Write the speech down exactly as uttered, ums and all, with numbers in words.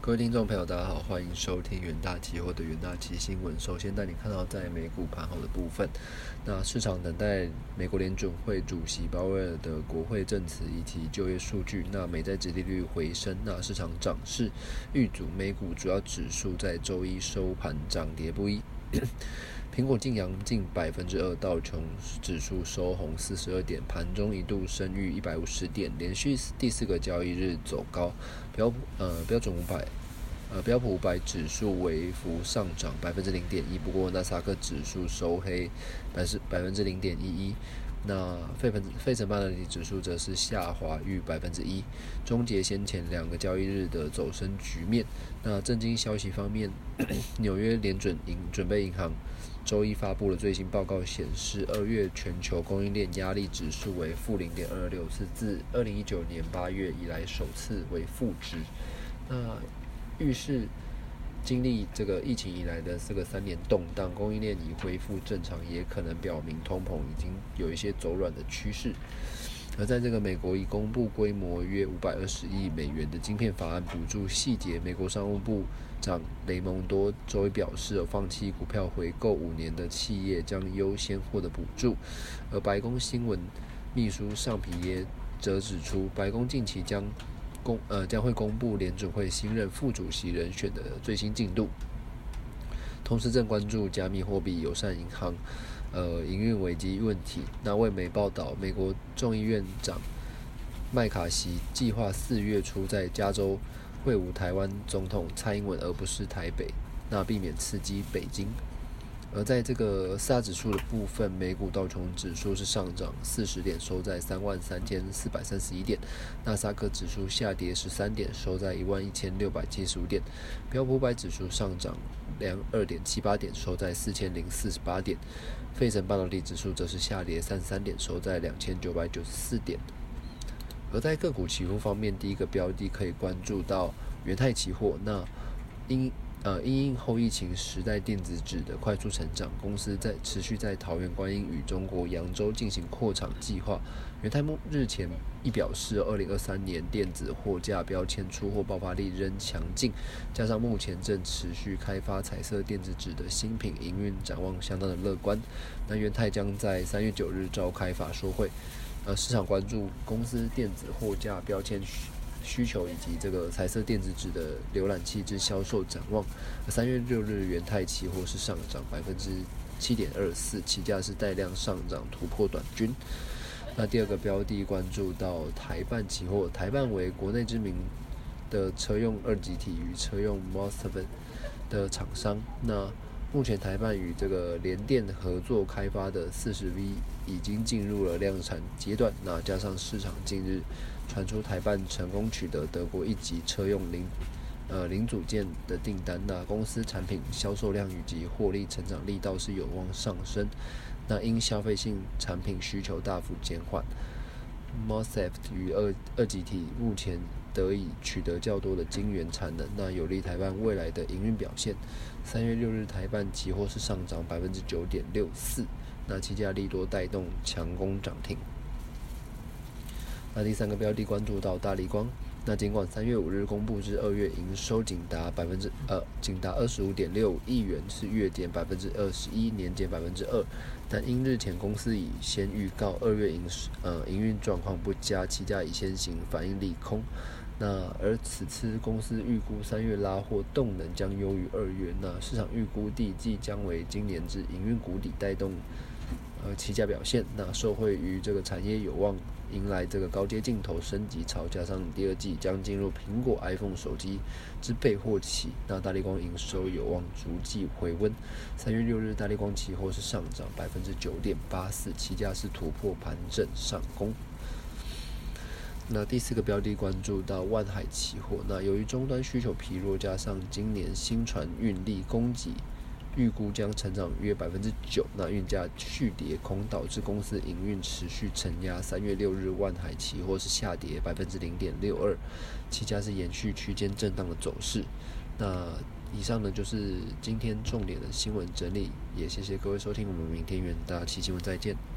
各位听众朋友，大家好，欢迎收听元大期货的元大期新闻。首先带你看到在美股盘后的部分，那市场等待美国联准会主席鲍威尔的国会证词以及就业数据。那美债殖利率回升，那市场涨势遇阻，美股主要指数在周一收盘涨跌不一。苹果净扬近百分之二，道琼指数收红四十二点，盘中一度升逾一百五十点，连续第四个交易日走高。标呃标准五百呃标普五百指数微幅上涨百分之零点一，不过纳斯达克指数收黑百分百分之零点一一。那费城费城半导体指数则是下滑逾百分之一，终结先前两个交易日的走升局面。那震惊消息方面，纽约联准银准备银行周一发布了最新报告，显示二月全球供应链压力指数为负零点二六，是自二零一九年八月以来首次为负值。那预示经历这个疫情以来的这个三年动荡，供应链已恢复正常，也可能表明通膨已经有一些走软的趋势。而在这个美国已公布规模约五百二十亿美元的晶片法案补助细节，美国商务部长雷蒙多周一表示，放弃股票回购五年的企业将优先获得补助。而白宫新闻秘书尚皮耶则指出，白宫近期将公呃将会公布联准会新任副主席人选的最新进度，同时正关注加密货币友善银行呃营运危机问题。那外媒报道，美国众议院长麦卡锡计划四月初在加州会晤台湾总统蔡英文，而不是台北，那避免刺激北京。而在这个四大指数的部分，美股道琼指数是上涨四十点，收在三万三千四百三十一点；纳斯达克指数下跌十三点，收在一万一千六百七十五点；标普五百指数上涨二点七八点，收在四千零四十八点；费城半导体指数则是下跌三十三点，收在两千九百九十四点。而在个股期货方面，第一个标的可以关注到元泰期货，那因呃，因应后疫情时代电子纸的快速成长，公司在持续在桃园观音与中国扬州进行扩厂计划。元泰日前亦表示，二零二三年电子货架标签出货爆发力仍强劲，加上目前正持续开发彩色电子纸的新品，营运展望相当的乐观。那元泰将在三月九日召开法说会，呃，市场关注公司电子货架标签需求以及这个彩色电子纸的浏览器之销售展望。三月六日，元泰期货是上涨百分之七点二四，期价是带量上涨突破短均。那第二个标的关注到台半期货，台半为国内知名的车用二极体与车用 MOSFET 的厂商。那目前台半与这个联电合作开发的 四十 V 已经进入了量产阶段。那加上市场近日传出台半成功取得德国一级车用零呃零组件的订单，那公司产品销售量以及获利成长力倒是有望上升。那因消费性产品需求大幅减缓， MOSFET 与二二极体目前得以取得较多的晶圆产能，那有利台半未来的营运表现。三月六日，台半期货是上涨百分之九点六四，那期价利多带动强攻涨停。那第三个标的关注到大立光，那尽管三月五日公布至二月营收仅达百分之呃仅达二十五点六亿元，是月减百分之二十一，年减百分之二。但因日前公司已先预告二月营呃营运状况不佳，期价已先行反映利空。那而此次公司预估三月拉货动能将优于二月，那市场预估第一季将为今年之营运谷底，带动呃期价表现。那受惠于这个产业有望迎来这个高阶镜头升级潮，加上第二季将进入苹果 iPhone 手机之备货期，那大立光营收有望逐季回温。三月六日，大立光期货是上涨百分之九点八四，期价是突破盘整上攻。那第四个标的关注到万海期货，那由于终端需求疲弱，加上今年新船运力供给预估将成长约百分之九，那运价续跌空导致公司营运持续承压。三月六日，万海期货是下跌百分之零点六二，期价是延续区间震荡的走势。那以上呢就是今天重点的新闻整理，也谢谢各位收听，我们明天元大期新闻再见。